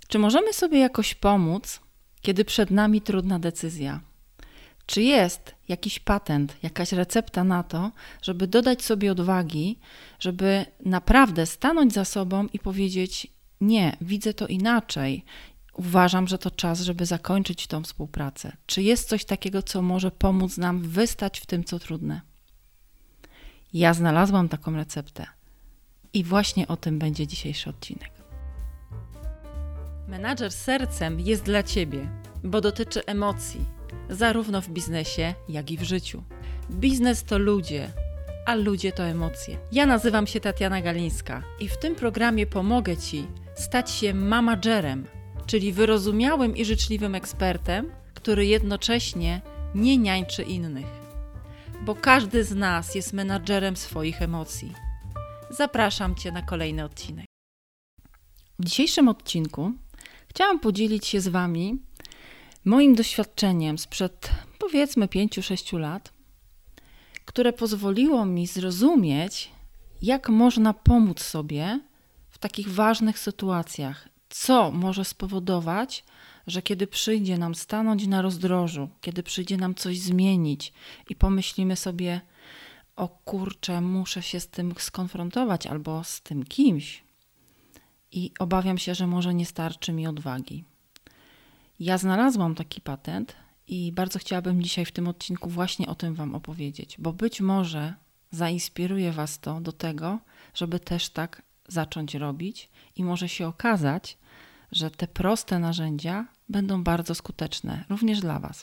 Czy możemy sobie jakoś pomóc, kiedy przed nami trudna decyzja? Czy jest jakiś patent, jakaś recepta na to, żeby dodać sobie odwagi, żeby naprawdę stanąć za sobą i powiedzieć: nie, widzę to inaczej, uważam, że to czas, żeby zakończyć tą współpracę? Czy jest coś takiego, co może pomóc nam wystać w tym, co trudne? Ja znalazłam taką receptę i właśnie o tym będzie dzisiejszy odcinek. Menadżer z sercem jest dla Ciebie, bo dotyczy emocji, zarówno w biznesie, jak i w życiu. Biznes to ludzie, a ludzie to emocje. Ja nazywam się Tatiana Galińska i w tym programie pomogę Ci stać się managerem, czyli wyrozumiałym i życzliwym ekspertem, który jednocześnie nie niańczy innych. Bo każdy z nas jest menadżerem swoich emocji. Zapraszam Cię na kolejny odcinek. W dzisiejszym odcinku chciałam podzielić się z Wami moim doświadczeniem sprzed powiedzmy 5-6 lat, które pozwoliło mi zrozumieć, jak można pomóc sobie w takich ważnych sytuacjach, co może spowodować, że kiedy przyjdzie nam stanąć na rozdrożu, kiedy przyjdzie nam coś zmienić i pomyślimy sobie: o kurczę, muszę się z tym skonfrontować albo z tym kimś i obawiam się, że może nie starczy mi odwagi. Ja znalazłam taki patent i bardzo chciałabym dzisiaj w tym odcinku właśnie o tym Wam opowiedzieć, bo być może zainspiruje Was to do tego, żeby też tak zacząć robić i może się okazać, że te proste narzędzia będą bardzo skuteczne również dla Was.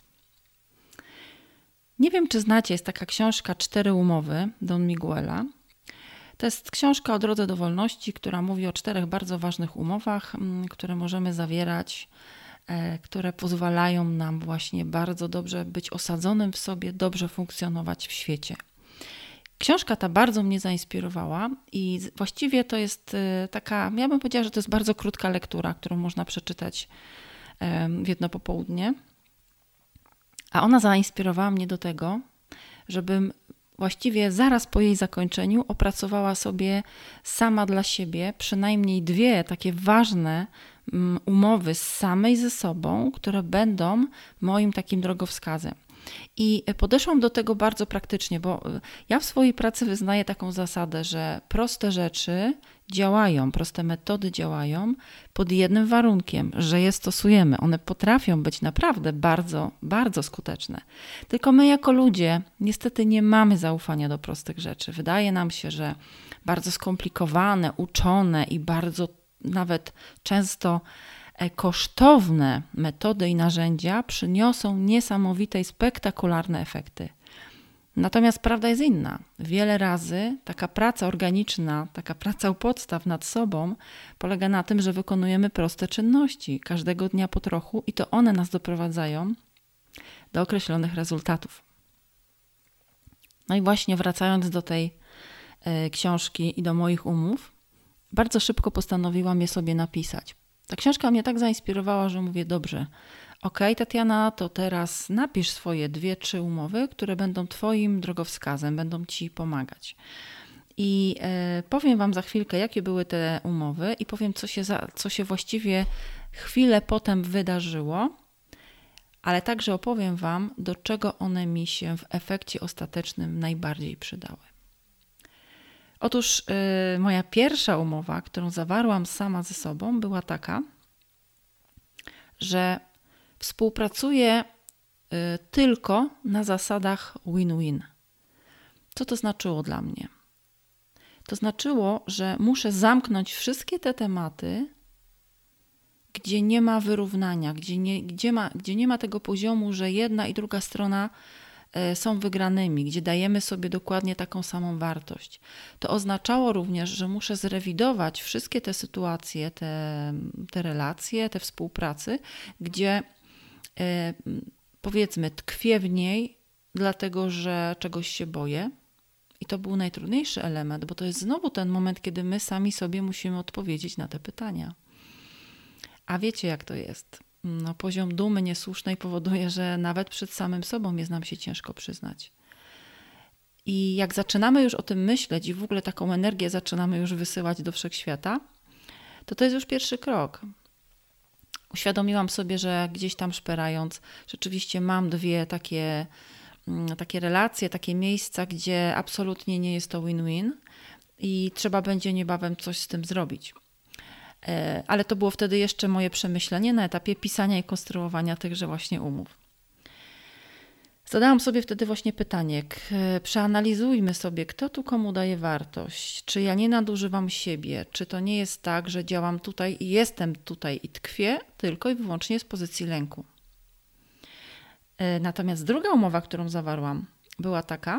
Nie wiem, czy znacie, jest taka książka 4 umowy Don Miguela. To jest książka o drodze do wolności, która mówi o 4 bardzo ważnych umowach, które możemy zawierać, które pozwalają nam właśnie bardzo dobrze być osadzonym w sobie, dobrze funkcjonować w świecie. Książka ta bardzo mnie zainspirowała i właściwie to jest taka, ja bym powiedziała, że to jest bardzo krótka lektura, którą można przeczytać w jedno popołudnie. A ona zainspirowała mnie do tego, żebym właściwie zaraz po jej zakończeniu opracowała sobie sama dla siebie przynajmniej 2 takie ważne umowy z samej ze sobą, które będą moim takim drogowskazem. I podeszłam do tego bardzo praktycznie, bo ja w swojej pracy wyznaję taką zasadę, że proste rzeczy działają, proste metody działają pod jednym warunkiem, że je stosujemy. One potrafią być naprawdę bardzo, bardzo skuteczne. Tylko my jako ludzie niestety nie mamy zaufania do prostych rzeczy. Wydaje nam się, że bardzo skomplikowane, uczone i bardzo nawet często kosztowne metody i narzędzia przyniosą niesamowite i spektakularne efekty. Natomiast prawda jest inna. Wiele razy taka praca organiczna, taka praca u podstaw nad sobą polega na tym, że wykonujemy proste czynności każdego dnia po trochu i to one nas doprowadzają do określonych rezultatów. No i właśnie wracając do tej książki i do moich umów, bardzo szybko postanowiłam je sobie napisać. Ta książka mnie tak zainspirowała, że mówię: dobrze, okej, Tatiana, to teraz napisz swoje 2-3 umowy, które będą Twoim drogowskazem, będą Ci pomagać. I powiem Wam za chwilkę, jakie były te umowy i powiem, co się właściwie chwilę potem wydarzyło, ale także opowiem Wam, do czego one mi się w efekcie ostatecznym najbardziej przydały. Otóż moja pierwsza umowa, którą zawarłam sama ze sobą, była taka, że współpracuję tylko na zasadach win-win. Co to znaczyło dla mnie? To znaczyło, że muszę zamknąć wszystkie te tematy, gdzie nie ma wyrównania, gdzie nie ma tego poziomu, że jedna i druga strona są wygranymi, gdzie dajemy sobie dokładnie taką samą wartość. To oznaczało również, że muszę zrewidować wszystkie te sytuacje, te relacje, te współpracy, gdzie powiedzmy tkwię w niej, dlatego że czegoś się boję. I to był najtrudniejszy element, bo to jest znowu ten moment, kiedy my sami sobie musimy odpowiedzieć na te pytania. A wiecie, jak to jest? Poziom dumy niesłusznej powoduje, że nawet przed samym sobą jest nam się ciężko przyznać. I jak zaczynamy już o tym myśleć i w ogóle taką energię zaczynamy już wysyłać do wszechświata, to jest już pierwszy krok. Uświadomiłam sobie, że gdzieś tam szperając, rzeczywiście mam dwie takie relacje, takie miejsca, gdzie absolutnie nie jest to win-win i trzeba będzie niebawem coś z tym zrobić. Ale to było wtedy jeszcze moje przemyślenie na etapie pisania i konstruowania tychże właśnie umów. Zadałam sobie wtedy właśnie pytanie, przeanalizujmy sobie, kto tu komu daje wartość, czy ja nie nadużywam siebie, czy to nie jest tak, że działam tutaj i jestem tutaj i tkwię tylko i wyłącznie z pozycji lęku. Natomiast druga umowa, którą zawarłam, była taka,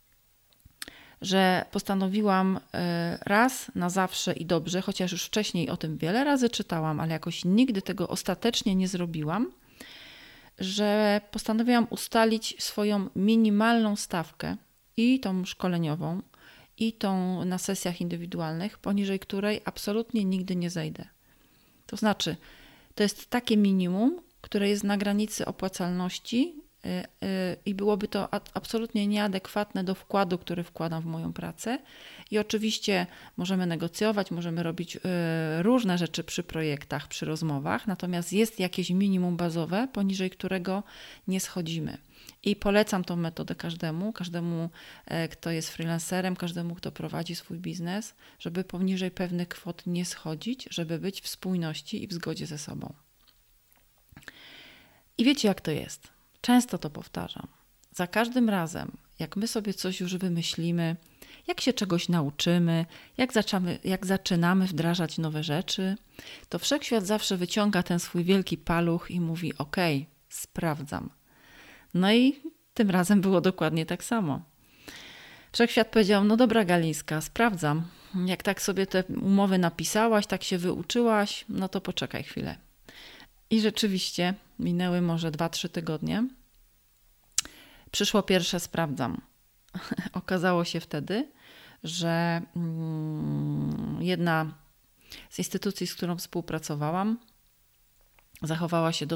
że postanowiłam raz na zawsze i dobrze, chociaż już wcześniej o tym wiele razy czytałam, ale jakoś nigdy tego ostatecznie nie zrobiłam, że postanowiłam ustalić swoją minimalną stawkę i tą szkoleniową, i tą na sesjach indywidualnych, poniżej której absolutnie nigdy nie zejdę. To znaczy, to jest takie minimum, które jest na granicy opłacalności i byłoby to absolutnie nieadekwatne do wkładu, który wkładam w moją pracę. I oczywiście możemy negocjować, możemy robić różne rzeczy przy projektach, przy rozmowach, natomiast jest jakieś minimum bazowe, poniżej którego nie schodzimy. I polecam tą metodę każdemu, kto jest freelancerem, każdemu, kto prowadzi swój biznes, żeby poniżej pewnych kwot nie schodzić, żeby być w spójności i w zgodzie ze sobą. I wiecie, jak to jest? Często to powtarzam. Za każdym razem, jak my sobie coś już wymyślimy, jak się czegoś nauczymy, jak zaczynamy wdrażać nowe rzeczy, to wszechświat zawsze wyciąga ten swój wielki paluch i mówi: okej, sprawdzam. No i tym razem było dokładnie tak samo. Wszechświat powiedział: no dobra Galińska, sprawdzam. Jak tak sobie te umowy napisałaś, tak się wyuczyłaś, no to poczekaj chwilę. I rzeczywiście minęły może 2-3 tygodnie. Przyszło pierwsze sprawdzam. Okazało się wtedy, że jedna z instytucji, z którą współpracowałam, zachowała się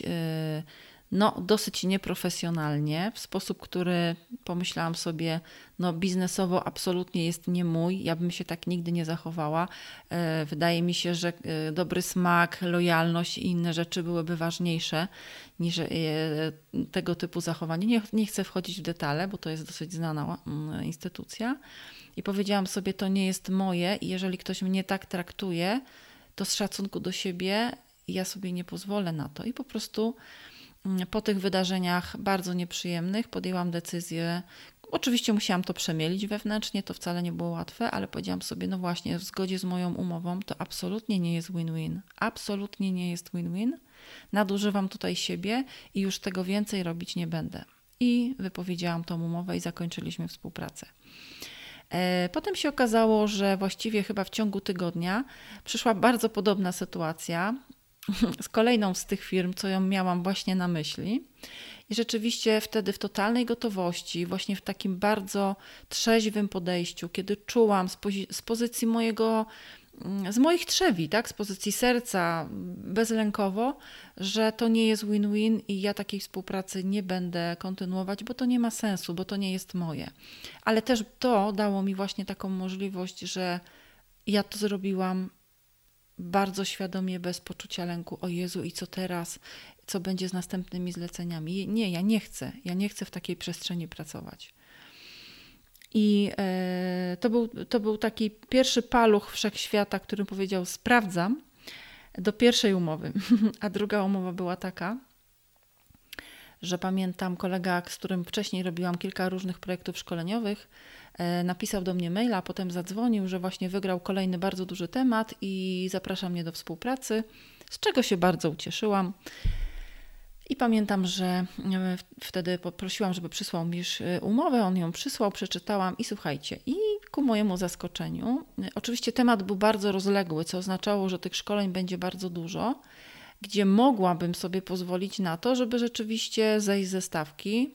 dosyć nieprofesjonalnie, w sposób, który pomyślałam sobie, biznesowo absolutnie jest nie mój, ja bym się tak nigdy nie zachowała. Wydaje mi się, że dobry smak, lojalność i inne rzeczy byłyby ważniejsze niż tego typu zachowanie. Nie chcę wchodzić w detale, bo to jest dosyć znana instytucja. I powiedziałam sobie, to nie jest moje i jeżeli ktoś mnie tak traktuje, to z szacunku do siebie ja sobie nie pozwolę na to. I po prostu po tych wydarzeniach bardzo nieprzyjemnych podjęłam decyzję. Oczywiście musiałam to przemielić wewnętrznie, to wcale nie było łatwe, ale powiedziałam sobie, no właśnie, w zgodzie z moją umową to absolutnie nie jest win-win. Absolutnie nie jest win-win. Nadużywam tutaj siebie i już tego więcej robić nie będę. I wypowiedziałam tą umowę i zakończyliśmy współpracę. Potem się okazało, że właściwie chyba w ciągu tygodnia przyszła bardzo podobna sytuacja z kolejną z tych firm, co ją miałam właśnie na myśli. I rzeczywiście wtedy w totalnej gotowości, właśnie w takim bardzo trzeźwym podejściu, kiedy czułam z pozycji z moich trzewi, tak, z pozycji serca, bezlękowo, że to nie jest win-win i ja takiej współpracy nie będę kontynuować, bo to nie ma sensu, bo to nie jest moje. Ale też to dało mi właśnie taką możliwość, że ja to zrobiłam bardzo świadomie, bez poczucia lęku. O Jezu, i co teraz? Co będzie z następnymi zleceniami? Nie, ja nie chcę. Ja nie chcę w takiej przestrzeni pracować. I to był taki pierwszy paluch wszechświata, który powiedział: sprawdzam, do pierwszej umowy. A druga umowa była taka, że pamiętam, kolega, z którym wcześniej robiłam kilka różnych projektów szkoleniowych, napisał do mnie maila, a potem zadzwonił, że właśnie wygrał kolejny bardzo duży temat i zaprasza mnie do współpracy, z czego się bardzo ucieszyłam. I pamiętam, że wtedy poprosiłam, żeby przysłał mi umowę, on ją przysłał, przeczytałam i słuchajcie, i ku mojemu zaskoczeniu, oczywiście temat był bardzo rozległy, co oznaczało, że tych szkoleń będzie bardzo dużo, gdzie mogłabym sobie pozwolić na to, żeby rzeczywiście zejść ze stawki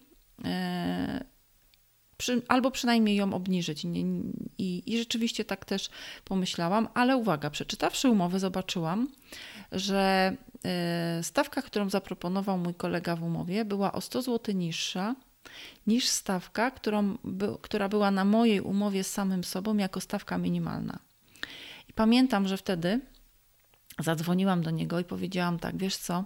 albo przynajmniej ją obniżyć. I rzeczywiście tak też pomyślałam, ale uwaga, przeczytawszy umowę zobaczyłam, że stawka, którą zaproponował mój kolega w umowie, była o 100 zł niższa niż stawka, która była na mojej umowie z samym sobą jako stawka minimalna. I pamiętam, że wtedy Zadzwoniłam do niego i powiedziałam tak, wiesz co,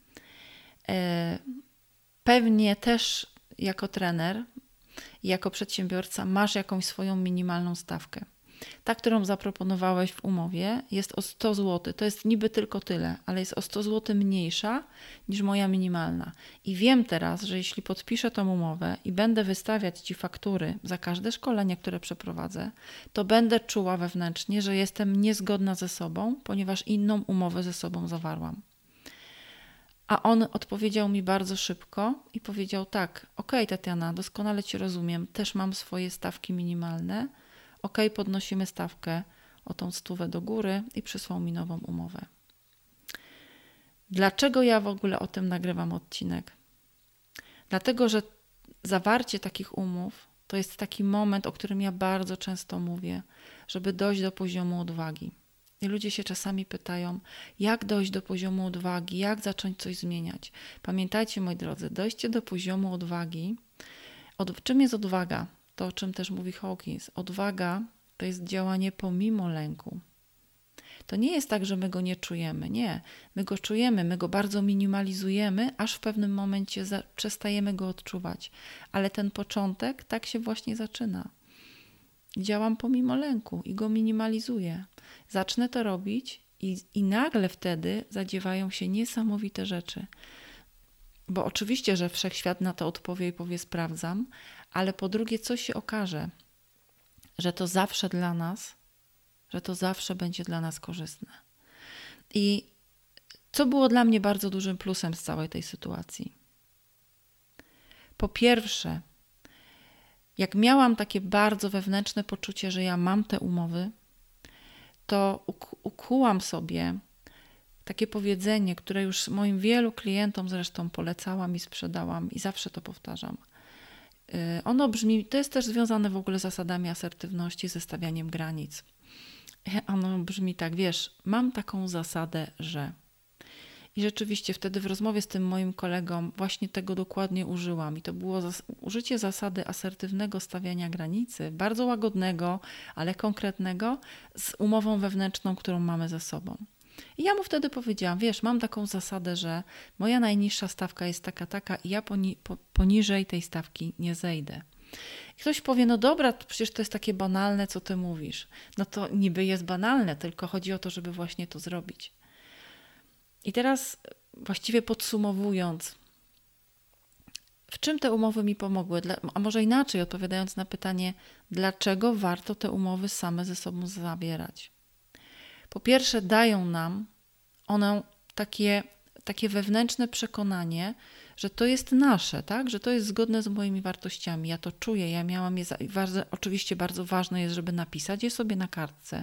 pewnie też jako trener, jako przedsiębiorca masz jakąś swoją minimalną stawkę. Ta, którą zaproponowałeś w umowie, jest o 100 zł. To jest niby tylko tyle, ale jest o 100 zł mniejsza niż moja minimalna. I wiem teraz, że jeśli podpiszę tą umowę i będę wystawiać Ci faktury za każde szkolenie, które przeprowadzę, to będę czuła wewnętrznie, że jestem niezgodna ze sobą, ponieważ inną umowę ze sobą zawarłam. A on odpowiedział mi bardzo szybko i powiedział tak, okej, Tatiana, doskonale Cię rozumiem, też mam swoje stawki minimalne, podnosimy stawkę o tą 100 do góry i przysłał mi nową umowę. Dlaczego ja w ogóle o tym nagrywam odcinek? Dlatego, że zawarcie takich umów to jest taki moment, o którym ja bardzo często mówię, żeby dojść do poziomu odwagi. I ludzie się czasami pytają, jak dojść do poziomu odwagi, jak zacząć coś zmieniać. Pamiętajcie, moi drodzy, dojście do poziomu odwagi. Czym jest odwaga? To, o czym też mówi Hawkins. Odwaga to jest działanie pomimo lęku. To nie jest tak, że my go nie czujemy. Nie, my go czujemy, my go bardzo minimalizujemy, aż w pewnym momencie przestajemy go odczuwać. Ale ten początek tak się właśnie zaczyna. Działam pomimo lęku i go minimalizuję. Zacznę to robić i nagle wtedy zadziewają się niesamowite rzeczy. Bo oczywiście, że wszechświat na to odpowie i powie sprawdzam, ale po drugie coś się okaże, że to zawsze dla nas, że to zawsze będzie dla nas korzystne. I co było dla mnie bardzo dużym plusem z całej tej sytuacji? Po pierwsze, jak miałam takie bardzo wewnętrzne poczucie, że ja mam te umowy, to ukułam sobie takie powiedzenie, które już moim wielu klientom zresztą polecałam i sprzedałam i zawsze to powtarzam. Ono brzmi, to jest też związane w ogóle z zasadami asertywności, ze stawianiem granic. Ono brzmi tak, wiesz, mam taką zasadę, że... I rzeczywiście wtedy w rozmowie z tym moim kolegą właśnie tego dokładnie użyłam. I to było użycie zasady asertywnego stawiania granicy, bardzo łagodnego, ale konkretnego, z umową wewnętrzną, którą mamy ze sobą. I ja mu wtedy powiedziałam, wiesz, mam taką zasadę, że moja najniższa stawka jest taka i ja poniżej tej stawki nie zejdę. I ktoś powie, no dobra, przecież to jest takie banalne, co ty mówisz. No to niby jest banalne, tylko chodzi o to, żeby właśnie to zrobić. I teraz właściwie podsumowując, w czym te umowy mi pomogły? A może inaczej, odpowiadając na pytanie, dlaczego warto te umowy same ze sobą zawierać? Po pierwsze, dają nam one takie wewnętrzne przekonanie, że to jest nasze, tak? Że to jest zgodne z moimi wartościami. Ja to czuję, ja miałam je. Oczywiście bardzo ważne jest, żeby napisać je sobie na kartce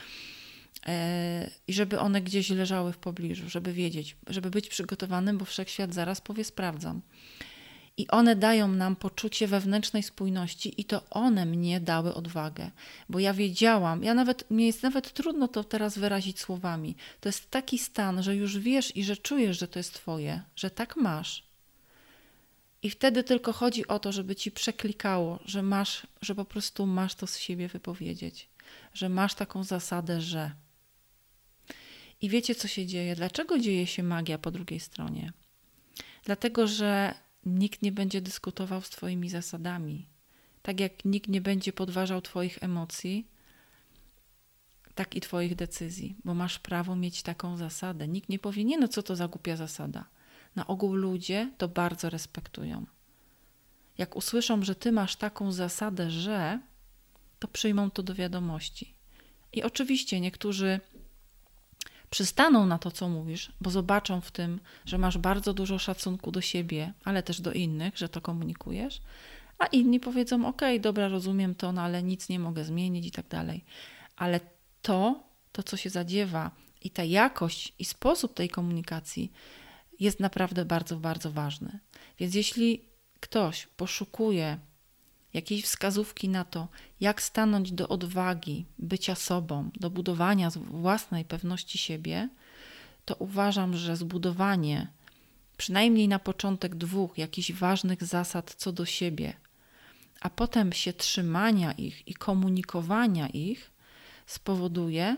i żeby one gdzieś leżały w pobliżu, żeby wiedzieć, żeby być przygotowanym, bo wszechświat zaraz powie sprawdzam. I one dają nam poczucie wewnętrznej spójności i to one mnie dały odwagę, bo ja wiedziałam, mnie jest nawet trudno to teraz wyrazić słowami. To jest taki stan, że już wiesz i że czujesz, że to jest twoje, że tak masz. I wtedy tylko chodzi o to, żeby ci przeklikało, że po prostu masz to z siebie wypowiedzieć, że masz taką zasadę, że... I wiecie, co się dzieje? Dlaczego dzieje się magia po drugiej stronie? Dlatego, że nikt nie będzie dyskutował z twoimi zasadami. Tak jak nikt nie będzie podważał twoich emocji, tak i twoich decyzji, bo masz prawo mieć taką zasadę. Nikt nie powie, nie no co to za głupia zasada. Na ogół ludzie to bardzo respektują. Jak usłyszą, że ty masz taką zasadę, że, to przyjmą to do wiadomości. I oczywiście niektórzy przystaną na to, co mówisz, bo zobaczą w tym, że masz bardzo dużo szacunku do siebie, ale też do innych, że to komunikujesz, a inni powiedzą, okej, dobra, rozumiem to, no ale nic nie mogę zmienić i tak dalej. Ale to, co się zadziewa i ta jakość i sposób tej komunikacji jest naprawdę bardzo, bardzo ważny. Więc jeśli ktoś poszukuje jakiejś wskazówki na to, jak stanąć do odwagi, bycia sobą, do budowania własnej pewności siebie, to uważam, że zbudowanie przynajmniej na początek 2 jakichś ważnych zasad co do siebie, a potem się trzymania ich i komunikowania ich spowoduje,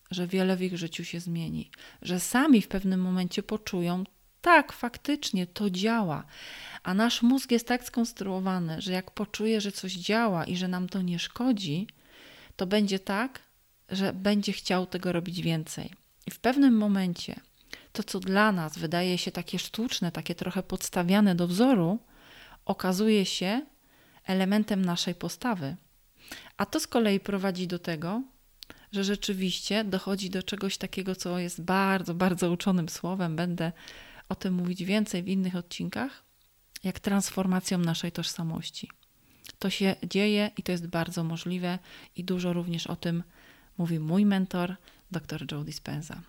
że wiele w ich życiu się zmieni, że sami w pewnym momencie poczują, tak, faktycznie to działa, a nasz mózg jest tak skonstruowany, że jak poczuje, że coś działa i że nam to nie szkodzi, to będzie tak, że będzie chciał tego robić więcej. I w pewnym momencie to, co dla nas wydaje się takie sztuczne, takie trochę podstawiane do wzoru, okazuje się elementem naszej postawy. A to z kolei prowadzi do tego, że rzeczywiście dochodzi do czegoś takiego, co jest bardzo, bardzo uczonym słowem. Będę o tym mówić więcej w innych odcinkach, jak transformacją naszej tożsamości. To się dzieje i to jest bardzo możliwe i dużo również o tym mówi mój mentor, dr Joe Dispenza.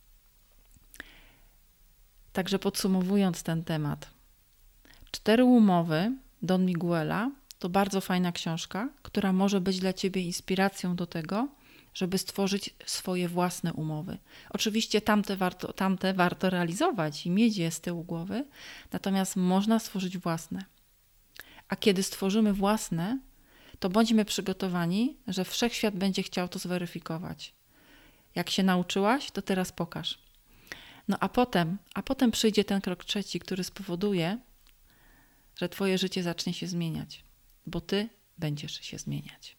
Także podsumowując ten temat, 4 umowy Don Miguela to bardzo fajna książka, która może być dla Ciebie inspiracją do tego, żeby stworzyć swoje własne umowy. Oczywiście tamte warto realizować i mieć je z tyłu głowy, natomiast można stworzyć własne. A kiedy stworzymy własne, to bądźmy przygotowani, że wszechświat będzie chciał to zweryfikować. Jak się nauczyłaś, to teraz pokaż. No a potem przyjdzie ten krok 3, który spowoduje, że Twoje życie zacznie się zmieniać, bo Ty będziesz się zmieniać.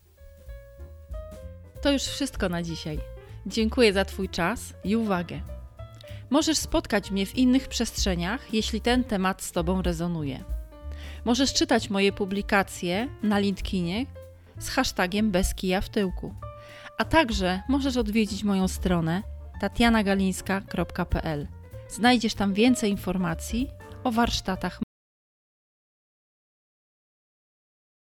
To już wszystko na dzisiaj. Dziękuję za Twój czas i uwagę. Możesz spotkać mnie w innych przestrzeniach, jeśli ten temat z Tobą rezonuje. Możesz czytać moje publikacje na LinkedInie z hashtagiem bez kija w tyłku. A także możesz odwiedzić moją stronę tatianagalińska.pl. Znajdziesz tam więcej informacji o warsztatach